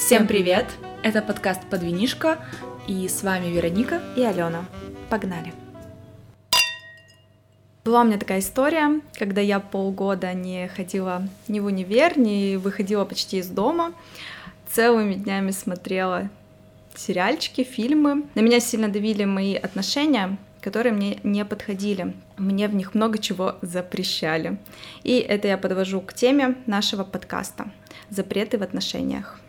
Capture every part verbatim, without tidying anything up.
Всем привет! Это подкаст «Подвинишка», и с вами Вероника и Алена. Погнали! Была у меня такая история, когда я полгода не ходила ни в универ, не выходила почти из дома, целыми днями смотрела сериальчики, фильмы. На меня сильно давили мои отношения, которые мне не подходили. Мне в них много чего запрещали. И это я подвожу к теме нашего подкаста «Запреты в отношениях».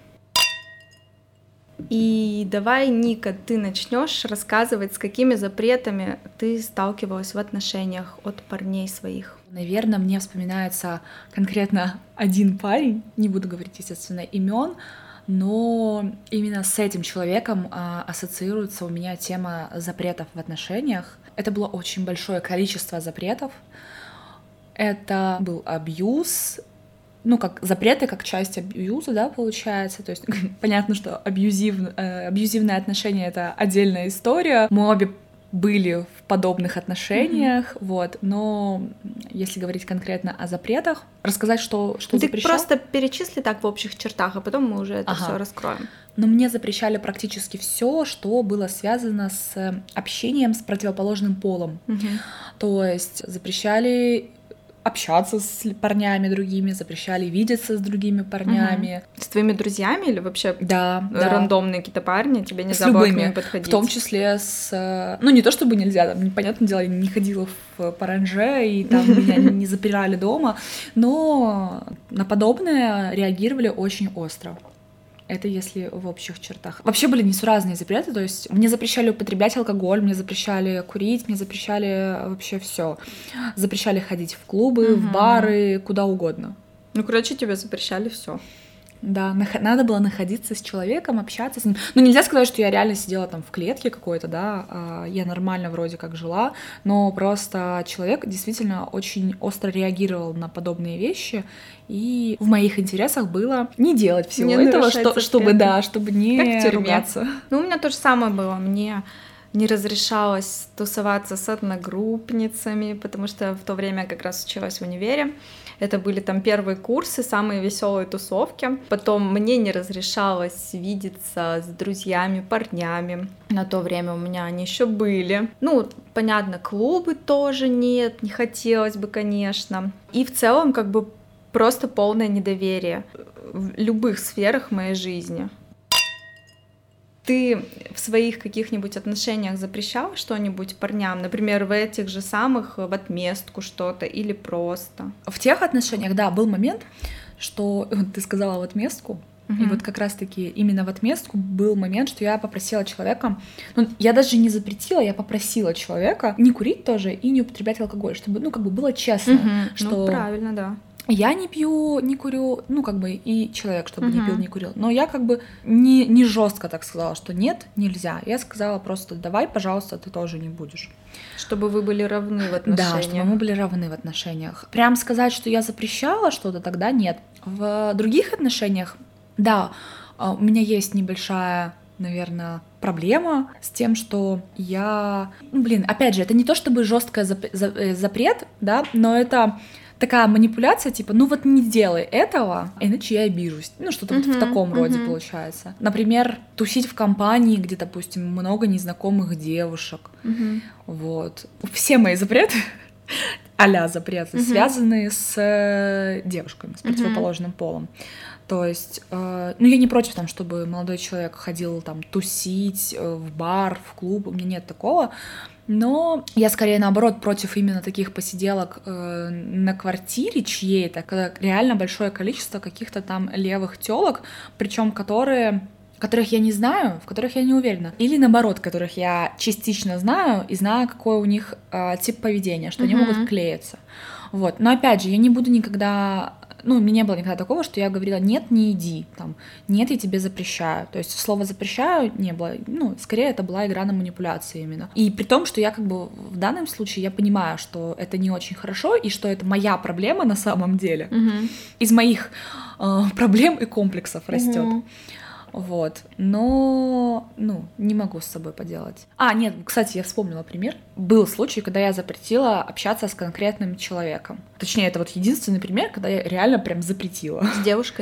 И давай, Ника, ты начнешь рассказывать, с какими запретами ты сталкивалась в отношениях от парней своих. Наверное, мне вспоминается конкретно один парень, не буду говорить, естественно, имен, но именно с этим человеком а, ассоциируется у меня тема запретов в отношениях. Это было очень большое количество запретов. Это был абьюз, ну, как запреты, как часть абьюза, да, получается. То есть понятно, что абьюзив, э, абьюзивные отношения — это отдельная история. Мы обе были в подобных отношениях, mm-hmm. вот, но если говорить конкретно о запретах, рассказать, что, что Ты запрещал. Просто перечисли так в общих чертах, а потом мы уже это ага. все раскроем. Но мне запрещали практически все, что было связано с общением с противоположным полом. Mm-hmm. То есть запрещали общаться с парнями другими, запрещали видеться с другими парнями. Угу. С твоими друзьями или вообще да, рандомные да. какие-то парни? Тебе нельзя с было любыми, к ним подходить? В том числе с... Ну, не то чтобы нельзя, там, понятное дело, я не ходила в паранже, и там меня не запирали дома, но на подобное реагировали очень остро. Это если в общих чертах. Вообще были несуразные запреты, то есть мне запрещали употреблять алкоголь, мне запрещали курить, мне запрещали вообще все. Запрещали ходить в клубы, угу. в бары, куда угодно. Ну, короче, тебе запрещали все. Да, надо было находиться с человеком, общаться с ним. Ну, нельзя сказать, что я реально сидела там в клетке какой-то, да, я нормально вроде как жила, но просто человек действительно очень остро реагировал на подобные вещи, и в моих интересах было не делать всего не этого, что, чтобы, да, чтобы не ругаться. Ну, у меня то же самое было, мне не разрешалось тусоваться с одногруппницами, потому что в то время как раз училась в универе. Это были там первые курсы, самые веселые тусовки. Потом мне не разрешалось видеться с друзьями, парнями. На то время у меня они еще были. Ну, понятно, клубы тоже нет, не хотелось бы, конечно. И в целом как бы просто полное недоверие в любых сферах моей жизни. Ты в своих каких-нибудь отношениях запрещала что-нибудь парням? Например, в этих же самых в отместку что-то или просто? В тех отношениях, да, был момент, что ты сказала в отместку, uh-huh. и вот как раз-таки именно в отместку был момент, что я попросила человека, ну, я даже не запретила, я попросила человека не курить тоже и не употреблять алкоголь, чтобы, ну, как бы было честно, uh-huh. что... Ну, правильно, да. Я не пью, не курю, ну, как бы, и человек, чтобы uh-huh. не пил, не курил. Но я как бы не, не жестко так сказала, что нет, нельзя. Я сказала просто, давай, пожалуйста, ты тоже не будешь. Чтобы вы были равны в отношениях. Да, чтобы мы были равны в отношениях. Прям сказать, что я запрещала что-то, тогда нет. В других отношениях, да, у меня есть небольшая, наверное, проблема с тем, что я... Ну, блин, опять же, это не то чтобы жесткий запрет, да, но это... такая манипуляция, типа, ну вот не делай этого, иначе я обижусь. Ну, что-то uh-huh, вот в таком uh-huh. роде получается. Например, тусить в компании, где, допустим, много незнакомых девушек. Uh-huh. Вот. Все мои запреты, а-ля запреты, uh-huh. связаны с девушками, с противоположным uh-huh. полом. То есть, э, ну, я не против, там, чтобы молодой человек ходил там тусить э, в бар, в клуб, у меня нет такого. Но я скорее, наоборот, против именно таких посиделок э, на квартире чьей-то, когда реально большое количество каких-то там левых тёлок, причем которые... которых я не знаю, в которых я не уверена. Или наоборот, которых я частично знаю и знаю, какой у них э, тип поведения, что uh-huh. они могут клеиться. Вот. Но опять же, я не буду никогда... Ну, у меня не было никогда такого, что я говорила, нет, не иди, там, нет, я тебе запрещаю. То есть слово «запрещаю» не было, ну, скорее это была игра на манипуляции именно. И при том, что я как бы в данном случае, я понимаю, что это не очень хорошо, и что это моя проблема на самом деле. Uh-huh. Из моих э, проблем и комплексов растет. Uh-huh. Вот, но, ну, не могу с собой поделать. А, нет, кстати, я вспомнила пример. Был случай, когда я запретила общаться с конкретным человеком. Точнее, это вот единственный пример, когда я реально прям запретила. С девушкой?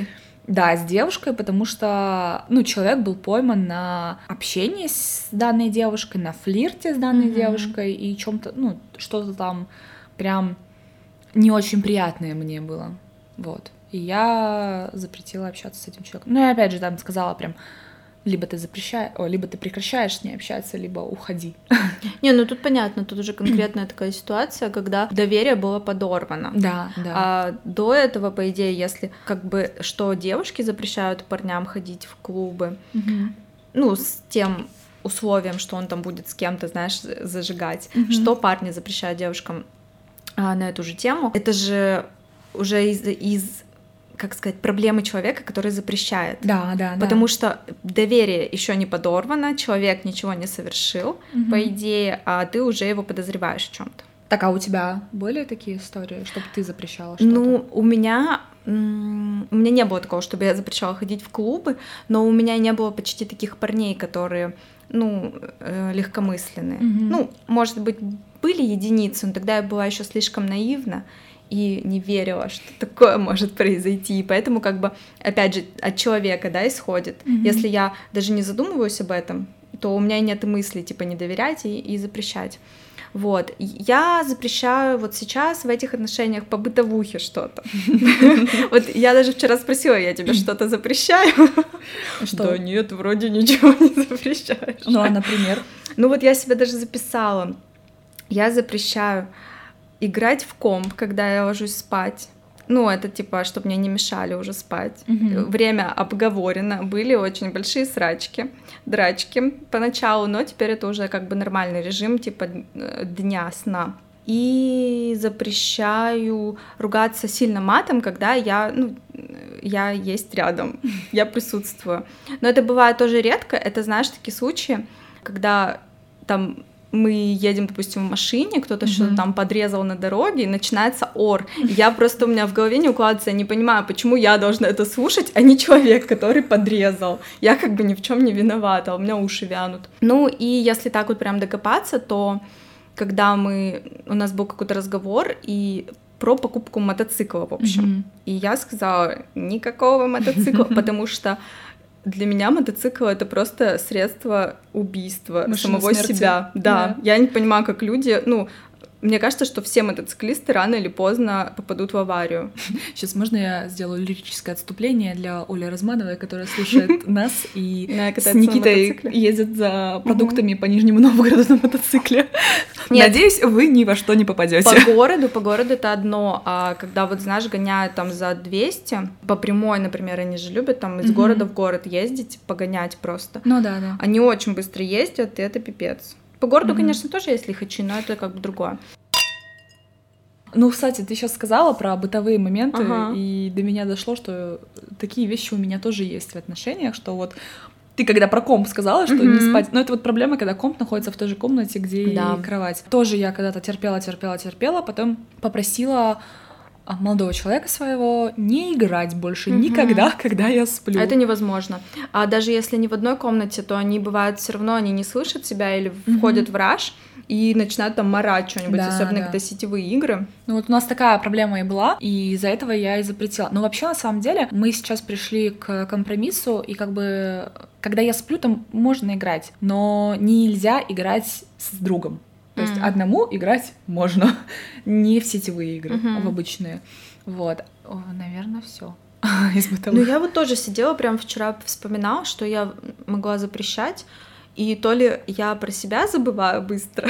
Да, с девушкой, потому что, ну, человек был пойман на общении с данной девушкой, на флирте с данной mm-hmm. девушкой и чем-то, ну, что-то там прям не очень приятное мне было, вот. И я запретила общаться с этим человеком. Ну, и опять же там сказала прям, либо ты запрещаешь, о, либо ты прекращаешь с ней общаться, либо уходи. Не, ну тут понятно, тут уже конкретная такая ситуация, когда доверие было подорвано. Да, да. А до этого, по идее, если как бы что девушки запрещают парням ходить в клубы, угу. ну, с тем условием, что он там будет с кем-то, знаешь, зажигать, угу. что парни запрещают девушкам а, на эту же тему, это же уже из, из как сказать, проблемы человека, который запрещает. Да, да, да. Потому что доверие еще не подорвано, человек ничего не совершил, угу. по идее, а ты уже его подозреваешь в чем-то. Так, а у тебя были такие истории, чтобы ты запрещала что-то? Ну, у меня... У меня не было такого, чтобы я запрещала ходить в клубы, но у меня не было почти таких парней, которые, ну, легкомысленные. Угу. Ну, может быть, были единицы, но тогда я была еще слишком наивна и не верила, что такое может произойти. И поэтому, как бы, опять же, от человека, да, исходит. Mm-hmm. Если я даже не задумываюсь об этом, то у меня нет мысли, типа, не доверять и, и запрещать. Вот. Я запрещаю вот сейчас в этих отношениях по бытовухе что-то. Вот я даже вчера спросила, я тебе что-то запрещаю? Что? Да нет, вроде ничего не запрещаешь. Ну, а, например? Ну, вот я себе даже записала. Я запрещаю играть в комп, когда я ложусь спать. Ну, это типа, чтобы мне не мешали уже спать. Mm-hmm. Время обговорено. Были очень большие срачки, драчки поначалу, но теперь это уже как бы нормальный режим, типа дня сна. И запрещаю ругаться сильно матом, когда я, ну, я есть рядом, я присутствую. Но это бывает тоже редко. Это, знаешь, такие случаи, когда там мы едем, допустим, в машине, кто-то mm-hmm. что-то там подрезал на дороге, и начинается ор. И я просто, у меня в голове не укладывается, я не понимаю, почему я должна это слушать, а не человек, который подрезал. Я как бы ни в чем не виновата, у меня уши вянут. Ну и если так вот прям докопаться, то когда мы, у нас был какой-то разговор, и про покупку мотоцикла, в общем. Mm-hmm. И я сказала, никакого мотоцикла, потому что для меня мотоцикл — это просто средство убийства Машина самого смерти. себя. Да. да, я не понимаю, как люди, ну, мне кажется, что все мотоциклисты рано или поздно попадут в аварию. Сейчас можно я сделаю лирическое отступление для Оли Размановой, которая слушает нас и с Никитой ездит за продуктами по Нижнему Новгороду на мотоцикле. Нет. Надеюсь, вы ни во что не попадете. По городу, по городу это одно, а когда вот, знаешь, гоняют там за двести, по прямой, например, они же любят там из mm-hmm. города в город ездить, погонять просто. Ну да, да. Они очень быстро ездят, и это пипец. По городу, mm-hmm. конечно, тоже есть лихачи, но это как бы другое. Ну, кстати, ты сейчас сказала про бытовые моменты, ага. и до меня дошло, что такие вещи у меня тоже есть в отношениях, что вот ты когда про комп сказала, что mm-hmm. не спать, но это вот проблема, когда комп находится в той же комнате, где да. и кровать. Тоже я когда-то терпела, терпела, терпела, потом попросила молодого человека своего не играть больше mm-hmm. никогда, когда я сплю. Это невозможно. А даже если не в одной комнате, то они бывают все равно, они не слышат себя или mm-hmm. входят в раж и начинают там марать что-нибудь, да, особенно да. когда сетевые игры. Ну вот у нас такая проблема и была, и из-за этого я и запретила. Но вообще, на самом деле, мы сейчас пришли к компромиссу, и как бы, когда я сплю, там можно играть, но нельзя играть с другом. То есть mm-hmm. одному играть можно, не в сетевые игры, mm-hmm. а в обычные. Вот, О, наверное, все. Ну я вот тоже сидела, прям вчера вспоминала, что я могла запрещать, и то ли я про себя забываю быстро,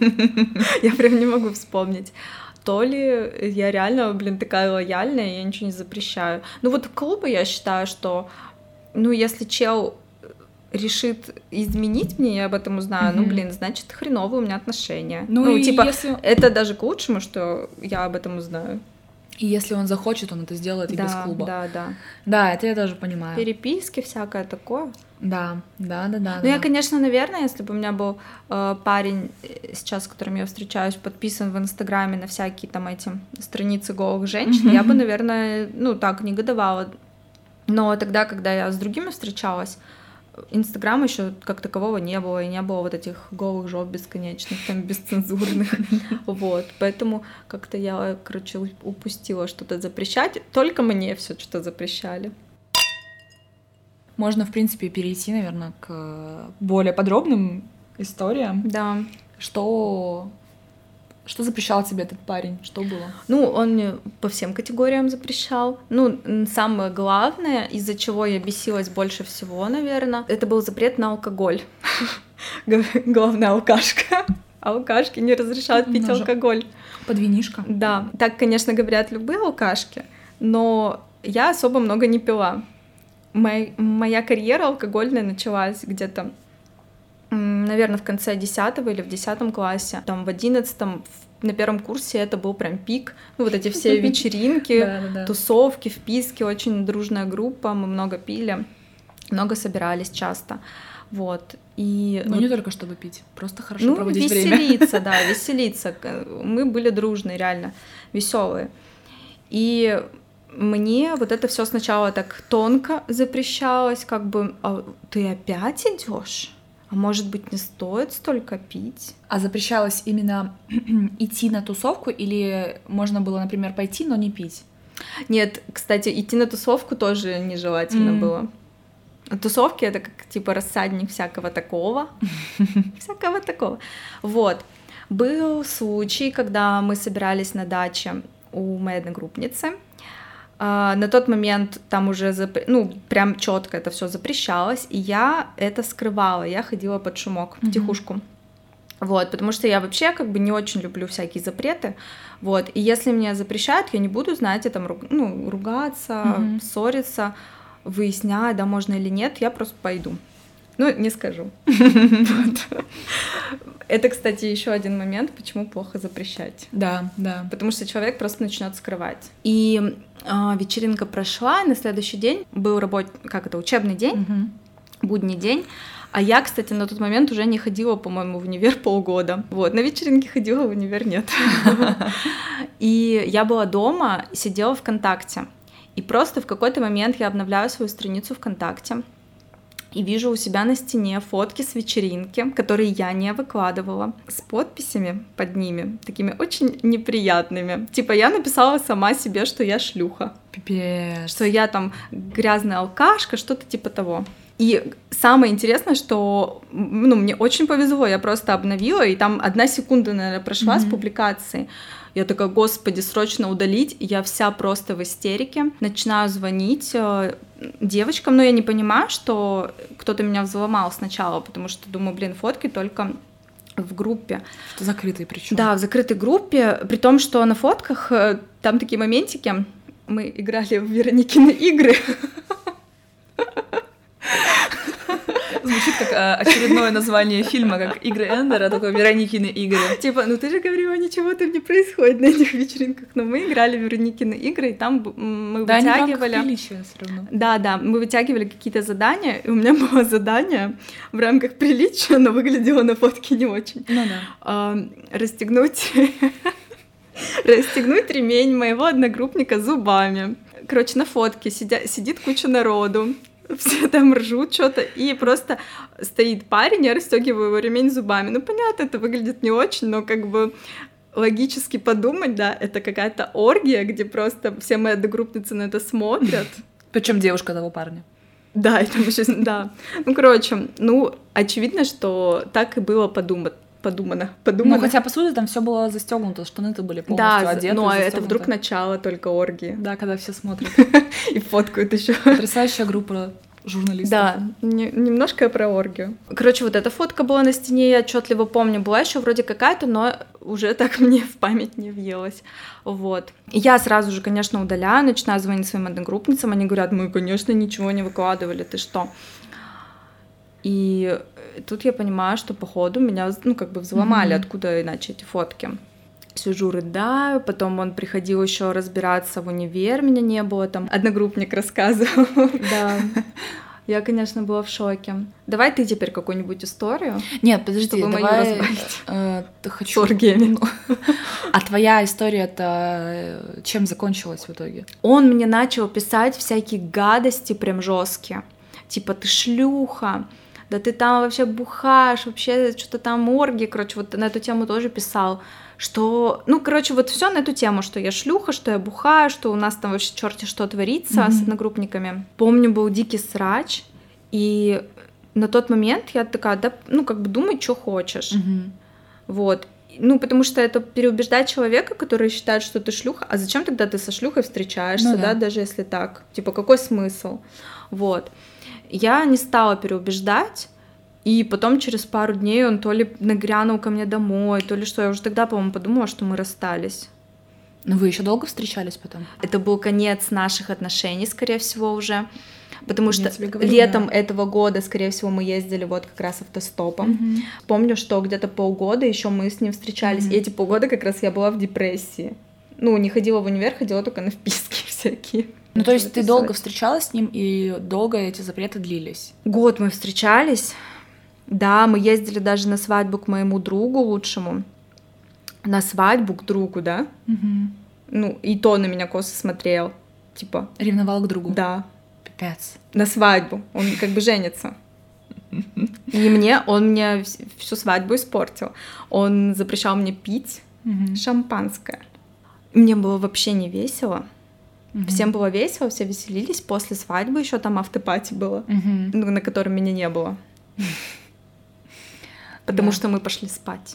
я прям не могу вспомнить, то ли я реально, блин, такая лояльная, я ничего не запрещаю. Ну вот в клубы я считаю, что, ну если чел решит изменить мне, я об этом узнаю, mm-hmm. ну, блин, значит, хреновые у меня отношения. Ну, ну типа, если... это даже к лучшему, что я об этом узнаю. И если он захочет, он это сделает и да, без клуба. Да, да. Да, это я тоже понимаю. Переписки, всякое такое. Да, да, да, да. Ну, да. я, конечно, наверное, если бы у меня был э, парень сейчас, с которым я встречаюсь, подписан в Инстаграме на всякие там эти страницы голых женщин, mm-hmm. я бы, наверное, ну, так негодовала. Но тогда, когда я с другими встречалась, Инстаграма еще как такового не было, и не было вот этих голых жоп бесконечных, там, бесцензурных, вот, поэтому как-то я, короче, упустила что-то запрещать, только мне все что-то запрещали. можно, в принципе, перейти, наверное, к более подробным историям. Да. Что... Что запрещал тебе этот парень? Что было? Ну, он мне по всем категориям запрещал. Ну, самое главное, из-за чего я бесилась больше всего, наверное, это был запрет на алкоголь. Главная алкашка. Алкашки не разрешают пить алкоголь. Под винишко? Да. Так, конечно, говорят любые алкашки, но я особо много не пила. Моя, моя карьера алкогольная началась где-то, наверное, в конце десятого или в десятом классе. Там в одиннадцатом, на первом курсе это был прям пик. Ну, вот эти все вечеринки, тусовки, вписки, очень дружная группа, мы много пили, много собирались часто. Вот. И ну, вот... не только чтобы пить, просто хорошо ну, проводить веселиться, время. Веселиться, да, веселиться. Мы были дружные, реально, веселые. И мне вот это все сначала так тонко запрещалось, как бы, а ты опять идешь? А может быть, не стоит столько пить? А запрещалось именно идти на тусовку или можно было, например, пойти, но не пить? Нет, кстати, идти на тусовку тоже нежелательно mm. было. Тусовки — это как типа рассадник всякого такого. Всякого такого. Вот. Был случай, когда мы собирались на даче у моей одногруппницы. Uh, на тот момент там уже, запр... ну, прям четко это все запрещалось, и я это скрывала, я ходила под шумок, mm-hmm. втихушку. Вот, потому что я вообще как бы не очень люблю всякие запреты, вот, и если меня запрещают, я не буду, знаете, там, руг... ну, ругаться, mm-hmm. ссориться, выяснять, да, можно или нет, я просто пойду. Ну, не скажу. Это, кстати, еще один момент, почему плохо запрещать. Да, да. Потому что человек просто начнет скрывать. И э, вечеринка прошла, и на следующий день был работ... как это, учебный день, угу. будний день. А я, кстати, на тот момент уже не ходила, по-моему, в универ полгода. Вот, на вечеринке ходила, в универ нет. И я была дома, сидела ВКонтакте. И просто в какой-то момент я обновляю свою страницу ВКонтакте. И вижу у себя на стене фотки с вечеринки, которые я не выкладывала, с подписями под ними, такими очень неприятными. Типа я написала сама себе, что я шлюха. Пипец. Что я там грязная алкашка, что-то типа того. И самое интересное, что ну, мне очень повезло, я просто обновила, и там одна секунда, наверное, прошла mm-hmm. с публикацией. Я такая, господи, срочно удалить. Я вся просто в истерике. Начинаю звонить девочкам, но я не понимаю, что кто-то меня взломал сначала, потому что думаю, блин, фотки только в группе. Что закрытой причем. Да, в закрытой группе, при том, что на фотках там такие моментики. Мы играли в Вероникины игры. Звучит как а, очередное название фильма, как «Игры Эндера», только «Вероникины игры». Типа, ну ты же говорила, ничего там не происходит на этих вечеринках. Но мы играли в Вероникины игры, и там мы да, вытягивали... Да, приличия все равно. Да, да, мы вытягивали какие-то задания, и у меня было задание в рамках приличия, но выглядело на фотке не очень. Ну да. А, расстегнуть... расстегнуть ремень моего одногруппника зубами. Короче, на фотке сидя... сидит куча народу. Все там ржут что-то, и просто стоит парень, я расстегиваю его ремень зубами. Ну, понятно, это выглядит не очень, но как бы логически подумать, да, это какая-то оргия, где просто все мои одногруппницы на это смотрят. Причем девушка того парня. Да, это еще, да. Ну, короче, ну, очевидно, что так и было подумано. Подумано, подумано. Ну, хотя, по сути, там все было застегнуто, штаны-то были полностью да, одеты. Да, но это вдруг начало только оргии. Да, когда все смотрят. И фоткают еще. Потрясающая группа журналистов. Да, не, немножко про оргию. Короче, вот эта фотка была на стене, я отчетливо помню, была еще вроде какая-то, но уже так мне в память не въелась. Вот. И я сразу же, конечно, удаляю, начинаю звонить своим одногруппницам, они говорят, мы, конечно, ничего не выкладывали, ты что? И тут я понимаю, что, походу, меня, ну, как бы взломали, mm-hmm. откуда иначе эти фотки. Сижу, рыдаю, потом он приходил еще разбираться в универ, меня не было там, одногруппник рассказывал. Да, я, конечно, была в шоке. Давай ты теперь какую-нибудь историю. Нет, подожди, давай... Э, хочу... С оргиями. А твоя история-то чем закончилась в итоге? Он мне начал писать всякие гадости прям жесткие. Типа, ты шлюха, да ты там вообще бухаешь, вообще что-то там оргии, короче, вот на эту тему тоже писал, что, ну, короче, вот все на эту тему, что я шлюха, что я бухаю, что у нас там вообще черти что творится mm-hmm. с одногруппниками. Помню, был дикий срач, И на тот момент я такая, да, ну, как бы думай, что хочешь. Мгм. Вот. Ну, потому что это переубеждать человека, который считает, что ты шлюха. А зачем тогда ты со шлюхой встречаешься, Ну да. да, даже если так? Типа, какой смысл? Вот. Я не стала переубеждать, и потом через пару дней он то ли нагрянул ко мне домой, то ли что. Я уже тогда, по-моему, подумала, что мы расстались. Но вы еще долго встречались потом? Это был конец наших отношений, скорее всего, уже. Потому Я что тебе говорю, летом да. этого года, скорее всего, мы ездили вот как раз автостопом. Мгм. Помню, что где-то полгода еще мы с ним встречались. Мгм. И эти полгода как раз я была в депрессии. Ну, не ходила в универ, ходила только на вписки всякие. Ну, то есть ты Записывать. долго встречалась с ним, и долго эти запреты длились? Год мы встречались. Да, мы ездили даже на свадьбу к моему другу лучшему. На свадьбу к другу, да? Мгм. Ну, и то на меня косо смотрел. Типа, Ревновал к другу? да, Пипец. на свадьбу. Он как бы женится. И мне, он мне вс- всю свадьбу испортил. Он запрещал мне пить Мгм. шампанское. Мне было вообще не весело. Мгм. Всем было весело, все веселились. После свадьбы еще там автопати было, Мгм. ну, на котором меня не было. Потому Да. что мы пошли спать.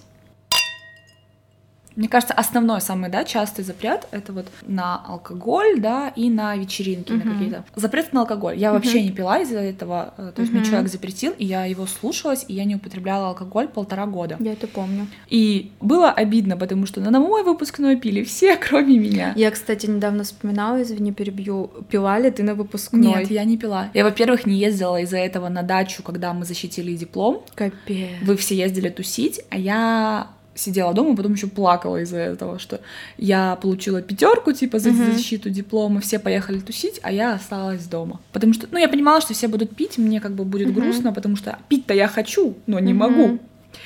Мне кажется, основной самый, да, частый запрет — это вот на алкоголь, да, и на вечеринки, на Мгм. какие-то. Запрет на алкоголь. Я Мгм. вообще не пила из-за этого, э, то есть мне Мгм. человек запретил, и я его слушалась, и я не употребляла алкоголь полтора года. Я это помню. И было обидно, потому что на мой выпускной пили все, кроме меня. Я, кстати, недавно вспоминала, извини, перебью, пила ли ты на выпускной? Нет, я не пила. Я, во-первых, не ездила из-за этого на дачу, когда мы защитили диплом. Капец. Вы все ездили тусить, а я сидела дома, потом еще плакала из-за этого, что я получила пятерку типа за Мгм. защиту диплома, все поехали тусить, а я осталась дома. Потому что, ну, я понимала, что все будут пить, мне как бы будет Мгм. грустно, потому что пить-то я хочу, но не Мгм. могу.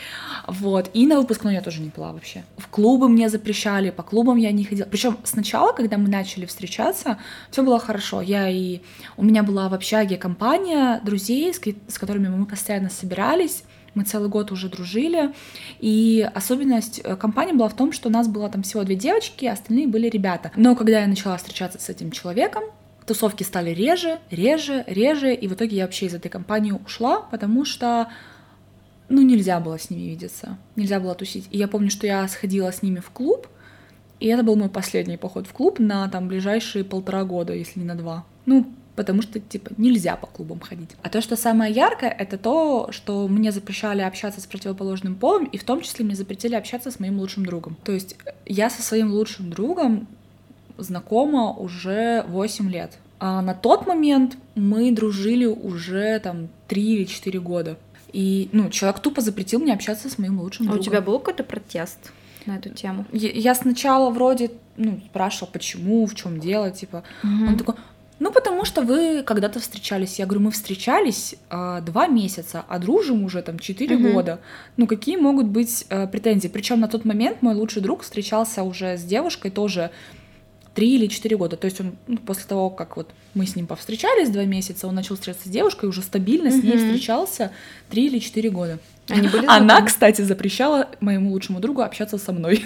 Вот. И на выпускной я тоже не пила вообще. В клубы мне запрещали, по клубам я не ходила. Причем сначала, когда мы начали встречаться, все было хорошо. Я и у меня была в общаге компания друзей, с ки- с которыми мы постоянно собирались. Мы целый год уже дружили. И особенность э, компании была в том, что у нас было там всего две девочки, а остальные были ребята. Но когда я начала встречаться с этим человеком, тусовки стали реже, реже, реже. И в итоге я вообще из этой компании ушла, потому что ну, нельзя было с ними видеться, нельзя было тусить. И я помню, что я сходила с ними в клуб, и это был мой последний поход в клуб на там ближайшие полтора года, если не на два. Ну, потому что, типа, нельзя по клубам ходить. А то, что самое яркое, это то, что мне запрещали общаться с противоположным полом, и в том числе мне запретили общаться с моим лучшим другом. То есть я со своим лучшим другом знакома уже восемь лет. А на тот момент мы дружили уже там три или четыре года. И, ну, человек тупо запретил мне общаться с моим лучшим А у другом. тебя был какой-то протест на эту тему? Я, я сначала вроде, ну, спрашивала, почему, в чем дело, типа. Мгм. Он такой, ну, потому что вы когда-то встречались. Я говорю, мы встречались а, два месяца, а дружим уже там четыре Мгм. года. Ну, какие могут быть а, претензии? Причем на тот момент мой лучший друг встречался уже с девушкой тоже три или четыре года. То есть он, ну, после того, как вот мы с ним повстречались два месяца, он начал встречаться с девушкой, уже стабильно с ней Мгм. встречался три или четыре года. Они были Она, знакомы? кстати, запрещала моему лучшему другу общаться со мной.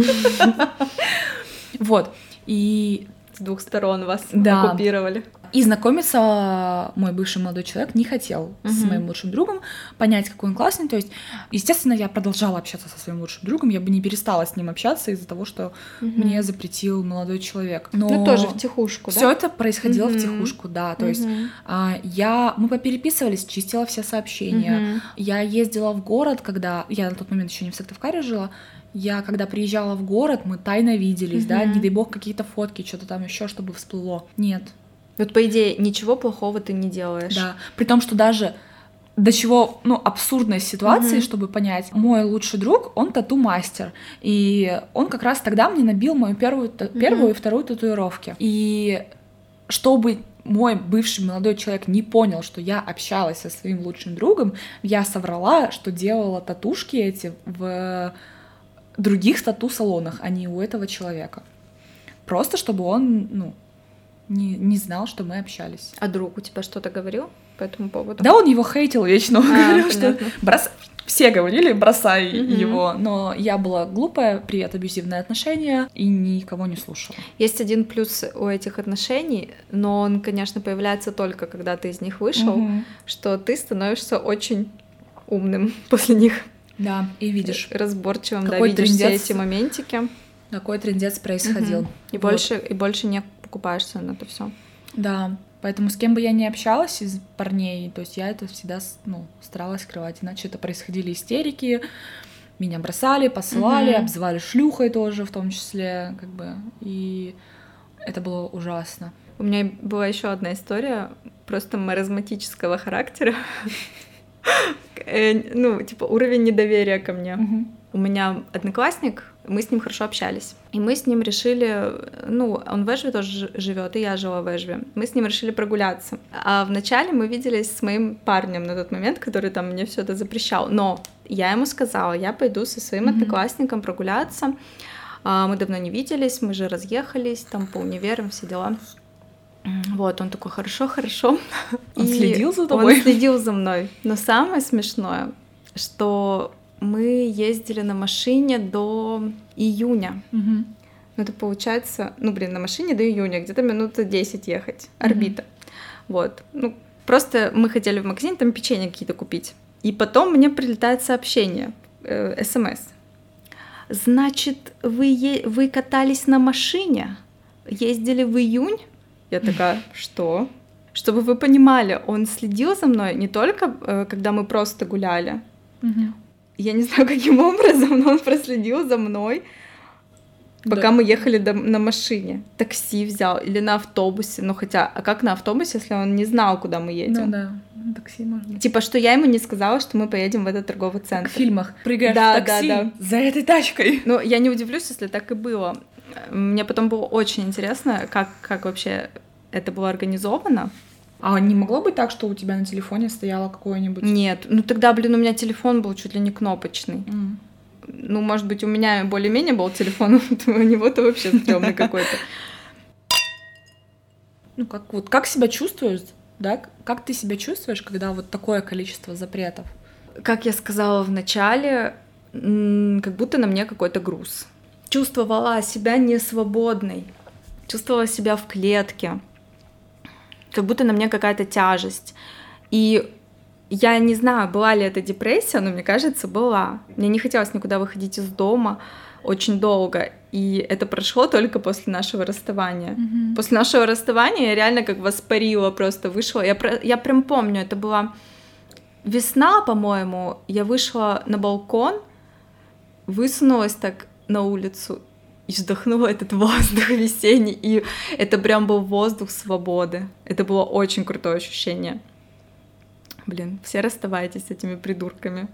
Вот. И С двух сторон вас Да. оккупировали. И знакомиться мой бывший молодой человек не хотел с Мгм. моим лучшим другом, понять, какой он классный. То есть, естественно, я продолжала общаться со своим лучшим другом, я бы не перестала с ним общаться из-за того, что Мгм. мне запретил молодой человек. Но Ну, тоже в тихушку, да? все это происходило Мгм. в тихушку, да. То есть Мгм. а, я, мы попереписывались, чистила все сообщения. Мгм. Я ездила в город, когда я на тот момент еще не в Сыктывкаре жила. Я, когда приезжала в город, мы тайно виделись, да, Мгм. не дай бог какие-то фотки, что-то там еще, чтобы всплыло. Нет, Вот, по идее, ничего плохого ты не делаешь. да. При том, что даже до чего, ну, абсурдной ситуации, Мгм. чтобы понять, мой лучший друг, он тату-мастер, и он как раз тогда мне набил мою первую, та- Мгм. первую и вторую татуировки. И чтобы мой бывший молодой человек не понял, что я общалась со своим лучшим другом, я соврала, что делала татушки эти в других тату-салонах, а не у этого человека. Просто чтобы он, ну, не, не знал, что мы общались. А друг у тебя что-то говорил по этому поводу? Да, он его хейтил вечно, он А, говорил, что понятно. бросай, все говорили, бросай Mm-hmm. его, но я была глупая, привет, абьюзивные отношения, и никого не слушала. Есть один плюс у этих отношений, но он, конечно, появляется только, когда ты из них вышел, Mm-hmm. что ты становишься очень умным после них. Да, и видишь. Разборчивым, какой да, видишь трындец, все эти моментики. Какой трындец происходил. Mm-hmm. И, вот. больше, и больше не покупаешься на это все. Да, поэтому с кем бы я ни общалась из парней, то есть я это всегда, ну, старалась скрывать, иначе это происходили истерики, меня бросали, посылали, Mm-hmm. обзывали шлюхой тоже в том числе, как бы, и это было ужасно. У меня была еще одна история просто маразматического характера. Ну, типа, уровень недоверия ко мне. У меня одноклассник, мы с ним хорошо общались. И мы с ним решили, ну, он в Эжве тоже живет, и я жила в Эжве. Мы с ним решили прогуляться. А вначале мы виделись с моим парнем на тот момент, который там мне все это запрещал. Но я ему сказала, я пойду со своим mm-hmm. одноклассником прогуляться. А, мы давно не виделись, мы же разъехались, там по универам, все дела. Вот, он такой, хорошо, хорошо. Он и следил за тобой? Он следил за мной. Но самое смешное, что мы ездили на машине до июня. Угу. Ну, это получается, ну, блин, на машине до июня, где-то минуты десять ехать, орбита. Угу. Вот, ну, просто мы хотели в магазин там печенье какие-то купить. И потом мне прилетает сообщение, э, смс. Значит, вы, е- вы катались на машине, ездили в июнь? Я такая, что? Чтобы вы понимали, он следил за мной не только, э, когда мы просто гуляли. Угу. Я не знаю, каким образом, но он проследил за мной, пока да. мы ехали до, на машине. Такси взял или на автобусе. Ну, хотя, а как на автобусе, если он не знал, куда мы едем? Ну да, такси можно. Типа, что я ему не сказала, что мы поедем в этот торговый центр. Как в фильмах. Прыгаешь да, в такси да, да. за этой тачкой. Ну, я не удивлюсь, если так и было. Мне потом было очень интересно, как, как вообще это было организовано. А не могло быть так, что у тебя на телефоне стояло какое-нибудь? Нет, ну тогда, блин, у меня телефон был чуть ли не кнопочный. Mm. Ну, может быть, у меня более-менее был телефон, у него-то вообще стрёмный какой-то. Ну, как вот, как себя чувствуешь, да? Как ты себя чувствуешь, когда вот такое количество запретов? Как я сказала в начале, как будто на мне какой-то груз. Чувствовала себя несвободной, чувствовала себя в клетке. Как будто на мне какая-то тяжесть. И я не знаю, была ли это депрессия, но мне кажется, была. Мне не хотелось никуда выходить из дома очень долго. И это прошло только после нашего расставания. Mm-hmm. После нашего расставания я реально как воспарила, просто вышла. Я, я прям помню, это была весна, по-моему. Я вышла на балкон, высунулась так на улицу и вздохнула этот воздух весенний, и это прям был воздух свободы. Это было очень крутое ощущение. Блин, все расставайтесь с этими придурками.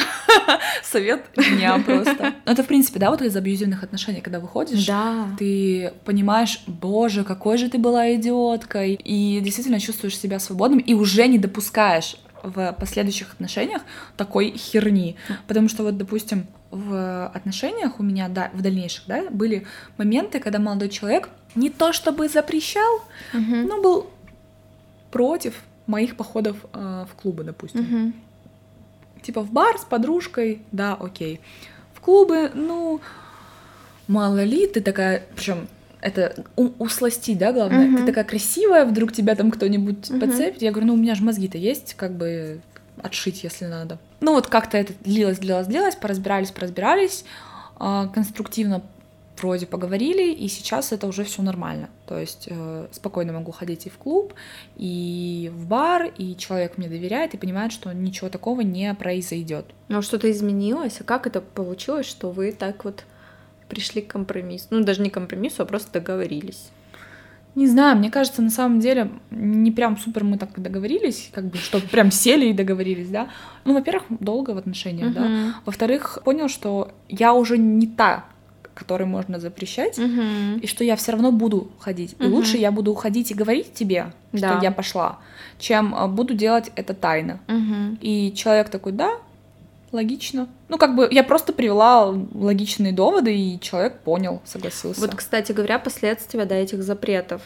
Совет дня просто. Ну, это, в принципе, да, вот из абьюзивных отношений, когда выходишь, да. ты понимаешь, боже, какой же ты была идиоткой, и действительно чувствуешь себя свободным, и уже не допускаешь в последующих отношениях такой херни. Потому что вот, допустим, в отношениях у меня, да, в дальнейших, да, были моменты, когда молодой человек не то чтобы запрещал, uh-huh. но был против моих походов э, в клубы, допустим. Uh-huh. Типа в бар с подружкой, да, окей. В клубы, ну, мало ли, ты такая, причем это у- усластить, да, главное. Uh-huh. Ты такая красивая, вдруг тебя там кто-нибудь uh-huh. подцепит. Я говорю, ну, у меня же мозги-то есть, как бы отшить, если надо. Ну, вот как-то это длилось, длилось, длилось, поразбирались, поразбирались, э, конструктивно вроде поговорили, и сейчас это уже все нормально. То есть э, спокойно могу ходить и в клуб, и в бар, и человек мне доверяет и понимает, что ничего такого не произойдет. Но что-то изменилось? А как это получилось, что вы так вот пришли к компромиссу? Ну, даже не к компромиссу, а просто договорились. Не знаю, мне кажется, на самом деле, не прям супер мы так договорились, как бы, что прям сели и договорились, да. Ну, во-первых, долго в отношениях, uh-huh. да. Во-вторых, понял, что я уже не та, которой можно запрещать, uh-huh. и что я все равно буду ходить. Uh-huh. И лучше я буду уходить и говорить тебе, да. что я пошла, чем буду делать это тайно. Uh-huh. И человек такой, да, логично. Ну, как бы я просто привела логичные доводы, и человек понял, согласился. Вот, кстати говоря, последствия, да, этих запретов.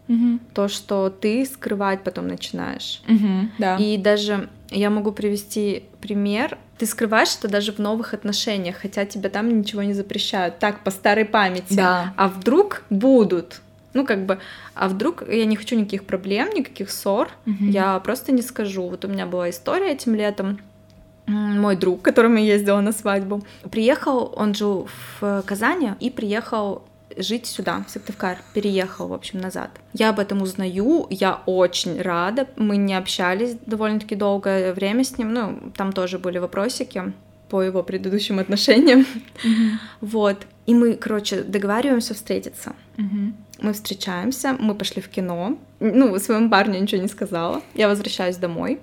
Угу. То, что ты скрывать потом начинаешь. Угу. Да. И даже я могу привести пример. Ты скрываешь это даже в новых отношениях, хотя тебе там ничего не запрещают. Так, по старой памяти. Да. А вдруг будут? Ну, как бы, а вдруг я не хочу никаких проблем, никаких ссор, угу. я просто не скажу. Вот у меня была история этим летом. Мой друг, к которому я ездила на свадьбу, приехал, он жил в Казани, и приехал жить сюда, в Сыктывкар, переехал, в общем, назад. Я об этом узнаю, я очень рада, мы не общались довольно-таки долгое время с ним, ну, там тоже были вопросики по его предыдущим отношениям, mm-hmm. вот, и мы, короче, договариваемся встретиться. Mm-hmm. Мы встречаемся, мы пошли в кино, ну, своему парню ничего не сказала, я возвращаюсь домой,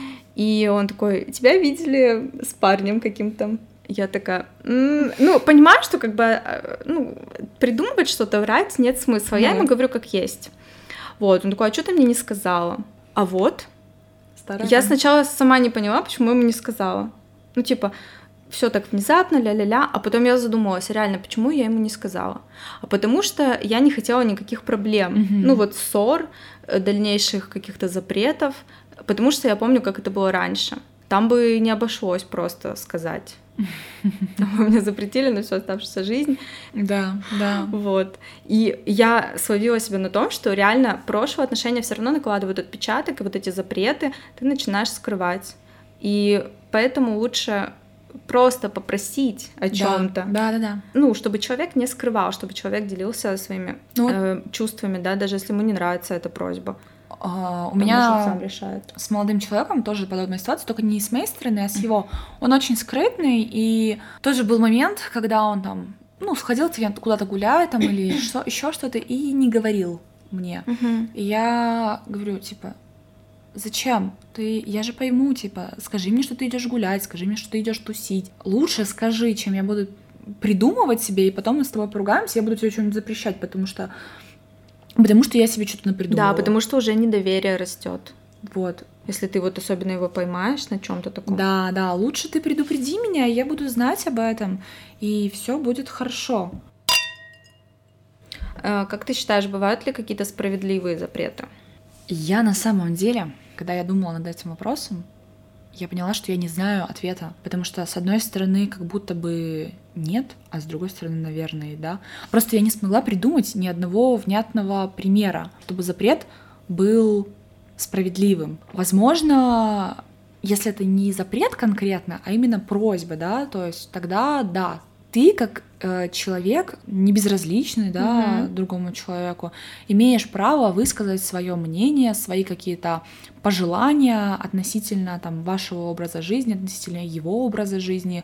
и он такой: тебя видели с парнем каким-то? Я такая, м-м, ну, понимаю, что как бы, ну, придумывать что-то, врать нет смысла. Mm-hmm. Я ему говорю как есть. Вот, он такой: а что ты мне не сказала? А вот. Старая. Я сначала сама не поняла, почему ему не сказала. Ну, типа, все так внезапно, ля-ля-ля, а потом я задумалась, реально, почему я ему не сказала? А потому что я не хотела никаких проблем, mm-hmm. ну, вот ссор, дальнейших каких-то запретов, потому что я помню, как это было раньше. Там бы не обошлось просто сказать. Там меня запретили на всю оставшуюся жизнь. Да, да. Вот. И я словила себя на том, что реально прошлые отношения все равно накладывают отпечаток, и вот эти запреты ты начинаешь скрывать. И поэтому лучше просто попросить о чем-то. Да, да, да. Ну, чтобы человек не скрывал, чтобы человек делился своими ну, э, чувствами, да, даже если ему не нравится эта просьба. Uh, у меня с молодым человеком тоже подобная ситуация, только не с моей стороны, а с его. Он очень скрытный, и тоже был момент, когда он там, ну, сходил куда-то гулять там или что, еще что-то, и не говорил мне. Uh-huh. И я говорю, типа, зачем? Ты, я же пойму, типа, скажи мне, что ты идешь гулять, скажи мне, что ты идешь тусить. Лучше скажи, чем я буду придумывать себе, и потом мы с тобой поругаемся, я буду тебе что-нибудь запрещать, потому что Потому что я себе что-то напридумывала. Да, потому что уже недоверие растет. Вот. Если ты вот особенно его поймаешь на чем-то таком. Да, да, лучше ты предупреди меня, я буду знать об этом, и все будет хорошо. Как ты считаешь, бывают ли какие-то справедливые запреты? Я на самом деле, когда я думала над этим вопросом, я поняла, что я не знаю ответа, потому что, с одной стороны, как будто бы нет, а с другой стороны, наверное, да. Просто я не смогла придумать ни одного внятного примера, чтобы запрет был справедливым. Возможно, если это не запрет конкретно, а именно просьба, да, то есть тогда, да, ты как э, человек небезразличный, да, mm-hmm. другому человеку, имеешь право высказать свое мнение, свои какие-то пожелания относительно там вашего образа жизни, относительно его образа жизни,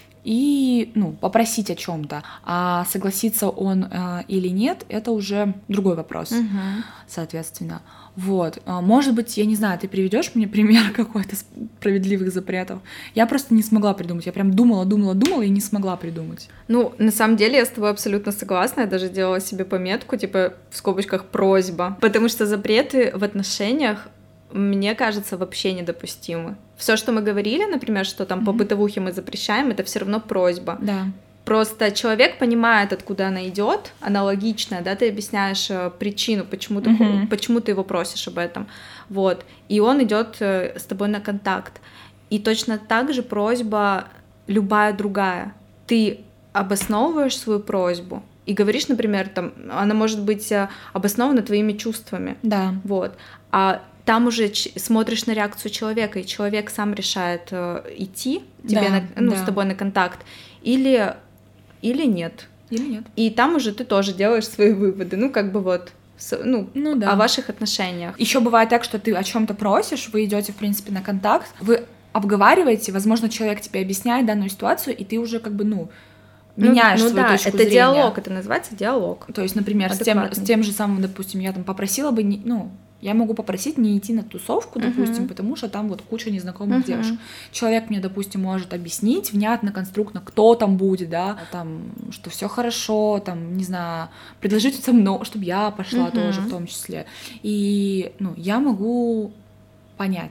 и, ну, попросить о чем-то. А согласится он э, или нет, это уже другой вопрос, mm-hmm. соответственно. Вот, может быть, я не знаю, ты приведешь мне пример какой-то справедливых запретов? Я просто не смогла придумать, я прям думала, думала, думала и не смогла придумать. Ну, на самом деле, я с тобой абсолютно согласна, я даже делала себе пометку, типа, в скобочках, просьба, потому что запреты в отношениях, мне кажется, вообще недопустимы. Все, что мы говорили, например, что там mm-hmm. по бытовухе мы запрещаем, это все равно просьба. Да. Просто человек понимает, откуда она идет, она логичная, да, ты объясняешь причину, почему ты, uh-huh. почему ты его просишь об этом, вот, и он идет с тобой на контакт. И точно так же просьба любая другая. Ты обосновываешь свою просьбу и говоришь, например, там, она может быть обоснована твоими чувствами, да. Вот, а там уже ч- смотришь на реакцию человека, и человек сам решает э, идти тебе да, на, ну, да. с тобой на контакт или Или нет. Или нет. И там уже ты тоже делаешь свои выводы. Ну, как бы вот, с, ну, ну да. о ваших отношениях. Еще бывает так, что ты о чем-то просишь, вы идете, в принципе, на контакт, вы обговариваете, возможно, человек тебе объясняет данную ситуацию, и ты уже как бы, ну, меняешь ну, ну, свою да, точку это зрения. Это диалог, это называется диалог. То есть, например, с тем, с тем же самым, допустим, я там попросила бы, не, ну, я могу попросить не идти на тусовку, допустим, uh-huh. потому что там вот куча незнакомых uh-huh. девушек. Человек мне, допустим, может объяснить внятно, конструктно, кто там будет, да, там, что все хорошо, там, не знаю, предложить со мной, чтобы я пошла uh-huh. тоже в том числе. И, ну, я могу понять.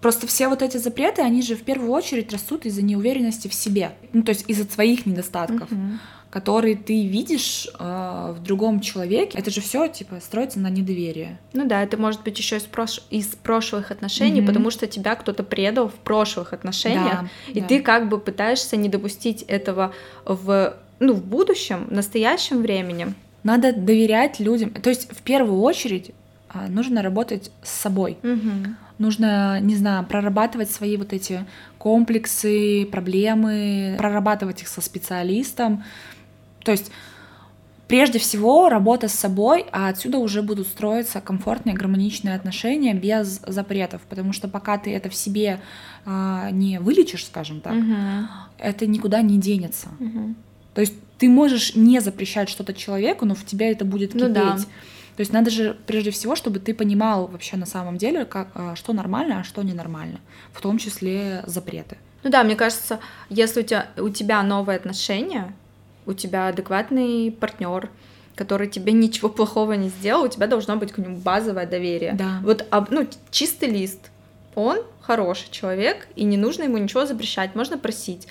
Просто все вот эти запреты, они же в первую очередь растут из-за неуверенности в себе, ну то есть из-за своих недостатков, uh-huh. которые ты видишь э, в другом человеке. Это же все типа строится на недоверии. Ну да, это может быть еще из, прош... из прошлых отношений, mm-hmm. потому что тебя кто-то предал в прошлых отношениях, да, и да. ты как бы пытаешься не допустить этого в, ну, в будущем, в настоящем времени. Надо доверять людям. То есть в первую очередь нужно работать с собой. Mm-hmm. Нужно, не знаю, прорабатывать свои вот эти комплексы, проблемы, прорабатывать их со специалистом. То есть прежде всего работа с собой, а отсюда уже будут строиться комфортные, гармоничные отношения без запретов, потому что пока ты это в себе а, не вылечишь, скажем так, uh-huh. это никуда не денется. Uh-huh. То есть ты можешь не запрещать что-то человеку, но в тебя это будет кипеть. Ну, да. То есть надо же прежде всего, чтобы ты понимал вообще на самом деле, как, что нормально, а что ненормально, в том числе запреты. Ну да, мне кажется, если у тебя, у тебя новые отношения, у тебя адекватный партнер, который тебе ничего плохого не сделал, у тебя должно быть к нему базовое доверие. Да. Вот, ну, чистый лист. Он хороший человек, и не нужно ему ничего запрещать, можно просить.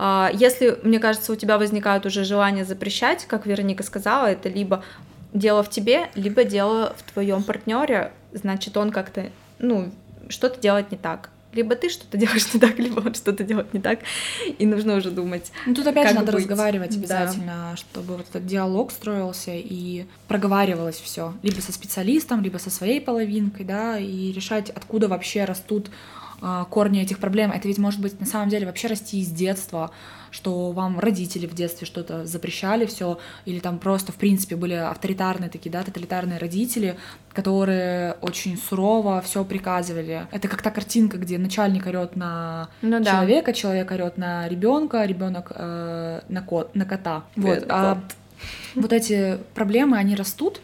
Если, мне кажется, у тебя возникают уже желания запрещать, как Вероника сказала, это либо дело в тебе, либо дело в твоем партнере, значит, он как-то, ну, что-то делает не так. Либо ты что-то делаешь не так, либо он что-то делает не так, и нужно уже думать. Ну тут опять же надо быть. разговаривать обязательно, да. чтобы вот этот диалог строился и проговаривалось все, либо со специалистом, либо со своей половинкой, да, и решать, откуда вообще растут э, корни этих проблем. Это ведь может быть на самом деле вообще расти из детства, что вам родители в детстве что-то запрещали все, или там просто в принципе были авторитарные такие, да, тоталитарные родители, которые очень сурово все приказывали. Это как та картинка, где начальник орёт на ну, человека, да. человек орёт на ребенка, ребенок э, на кот, на кота. Вот. А вот эти проблемы, они растут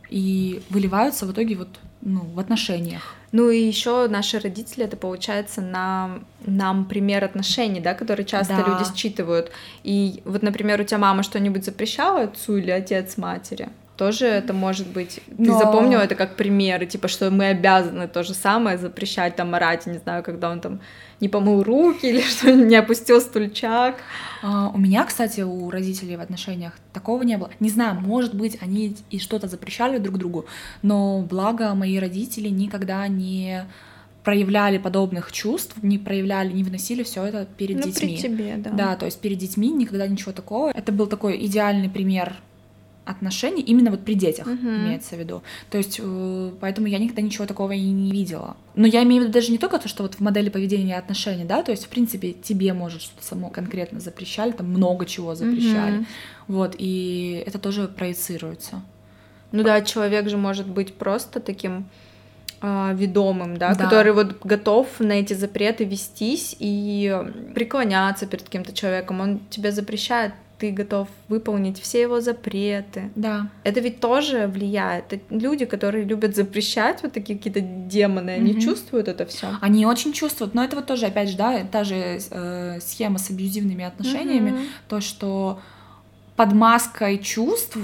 и выливаются в итоге вот, ну, в отношениях. Ну и еще наши родители, это получается нам, нам пример отношений, да, которые часто да. люди считывают. И вот, например, у тебя мама что-нибудь запрещала отцу или отец матери? Тоже это может быть... Но... Ты запомнила это как пример, типа, что мы обязаны то же самое запрещать, там, орать, не знаю, когда он там не помыл руки или что, не опустил стульчак. А, у меня, кстати, у родителей в отношениях такого не было. Не знаю, может быть, они и что-то запрещали друг другу, но благо мои родители никогда не проявляли подобных чувств, не проявляли, не выносили все это перед ну, детьми. При тебе, да. Да, то есть перед детьми никогда ничего такого. Это был такой идеальный пример отношений именно вот при детях, uh-huh. имеется в виду. То есть, поэтому я никогда ничего такого и не видела. Но я имею в виду даже не только то, что вот в модели поведения отношений, да, то есть, в принципе, тебе, может, что-то само конкретно запрещали, там много чего запрещали. Uh-huh. Вот, и это тоже проецируется. Ну да, человек же может быть просто таким э, ведомым, да, да, который вот готов на эти запреты вестись и преклоняться перед каким-то человеком. Он тебе запрещает, ты готов выполнить все его запреты. Да. Это ведь тоже влияет. Это люди, которые любят запрещать, вот такие какие-то демоны, mm-hmm. они чувствуют это все. Они очень чувствуют, но это вот тоже, опять же, да, та же э, схема с абьюзивными отношениями, mm-hmm. то, что под маской чувств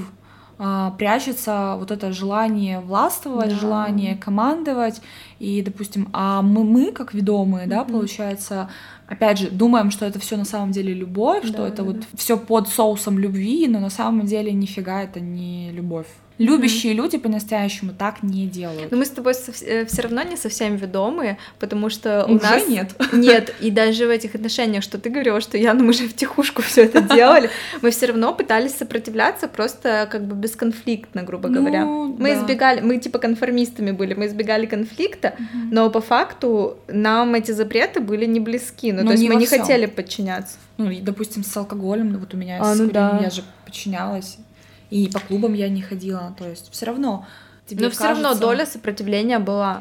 э, прячется вот это желание властвовать, да. желание командовать, и, допустим, а мы, мы как ведомые, mm-hmm. да, получается, опять же, думаем, что это все на самом деле любовь, да, что это да, вот да. все под соусом любви, но на самом деле нифига это не любовь. Любящие mm-hmm. люди по-настоящему так не делают. Но мы с тобой все равно не совсем ведомые, потому что у Уже нас нет. Нет, и даже в этих отношениях, что ты говорила, что я, ну мы же втихушку все это делали, мы все равно пытались сопротивляться просто как бы бесконфликтно, грубо говоря. Ну, мы да. избегали, мы типа конформистами были, мы избегали конфликта, mm-hmm. но по факту нам эти запреты были не близки, ну, ну то есть не мы не всем. хотели подчиняться. Ну, и, допустим, с алкоголем, вот у меня а, с ну курением, да. я же подчинялась. И по клубам я не ходила, то есть все равно тебе Но кажется... все равно доля сопротивления была.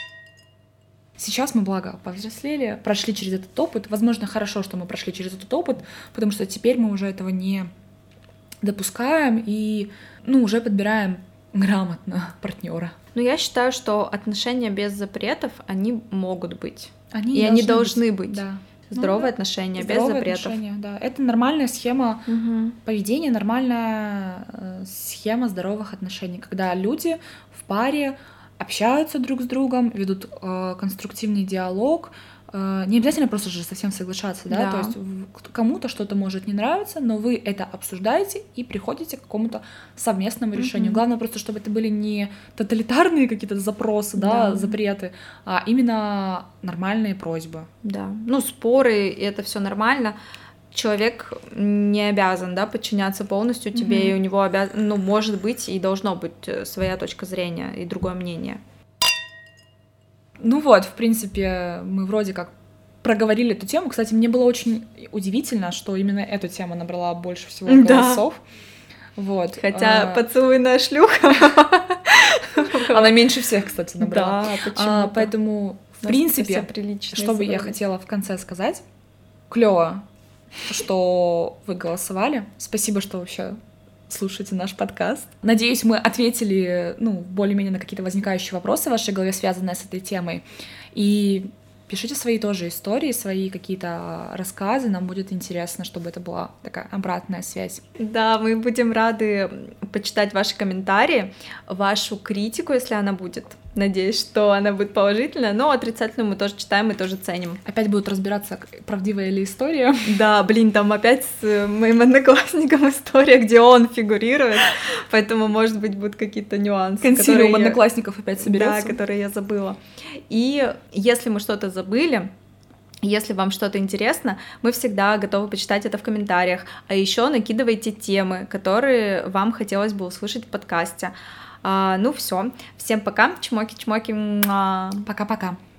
Сейчас мы, благо, повзрослели, прошли через этот опыт. Возможно, хорошо, что мы прошли через этот опыт, потому что теперь мы уже этого не допускаем и, ну, уже подбираем грамотно партнера. Но я считаю, что отношения без запретов, они могут быть. Они и должны они должны быть. быть. Да. Здоровые ну, отношения, здоровые без запретов. Отношения, да. Это нормальная схема угу. поведения, нормальная э, схема здоровых отношений, когда люди в паре общаются друг с другом, ведут э, конструктивный диалог. Э, не обязательно просто же совсем соглашаться, да? Да. То есть кому-то что-то может не нравиться, но вы это обсуждаете и приходите к какому-то совместному решению. Mm-hmm. Главное просто, чтобы это были не тоталитарные какие-то запросы, да, да, запреты, а именно нормальные просьбы. Да, ну споры, и это все нормально. Человек не обязан, да, подчиняться полностью тебе, mm-hmm. и у него обязан, ну, может быть, и должно быть своя точка зрения и другое мнение. Ну вот, в принципе, мы вроде как проговорили эту тему. Кстати, мне было очень удивительно, что именно эта тема набрала больше всего голосов. Да. Вот. Хотя а... поцелуйная шлюха. Она меньше всех, кстати, набрала. Да, почему? А, поэтому, в принципе, что бы я хотела в конце сказать, клево, что вы голосовали. Спасибо, что вообще слушаете наш подкаст. Надеюсь, мы ответили, ну, более-менее на какие-то возникающие вопросы в вашей голове, связанные с этой темой. И пишите свои тоже истории, свои какие-то рассказы. Нам будет интересно, чтобы это была такая обратная связь. Да, мы будем рады почитать ваши комментарии, вашу критику, если она будет. Надеюсь, что она будет положительная, но отрицательную мы тоже читаем и тоже ценим. Опять будут разбираться, правдивая ли история. Да, блин, там опять с моим одноклассником история, где он фигурирует, поэтому, может быть, будут какие-то нюансы. Консилиум одноклассников опять соберется. Да, которые я забыла. И если мы что-то забыли, если вам что-то интересно, мы всегда готовы почитать это в комментариях. А еще накидывайте темы, которые вам хотелось бы услышать в подкасте. А, ну все, всем пока, чмоки-чмоки. Пока-пока.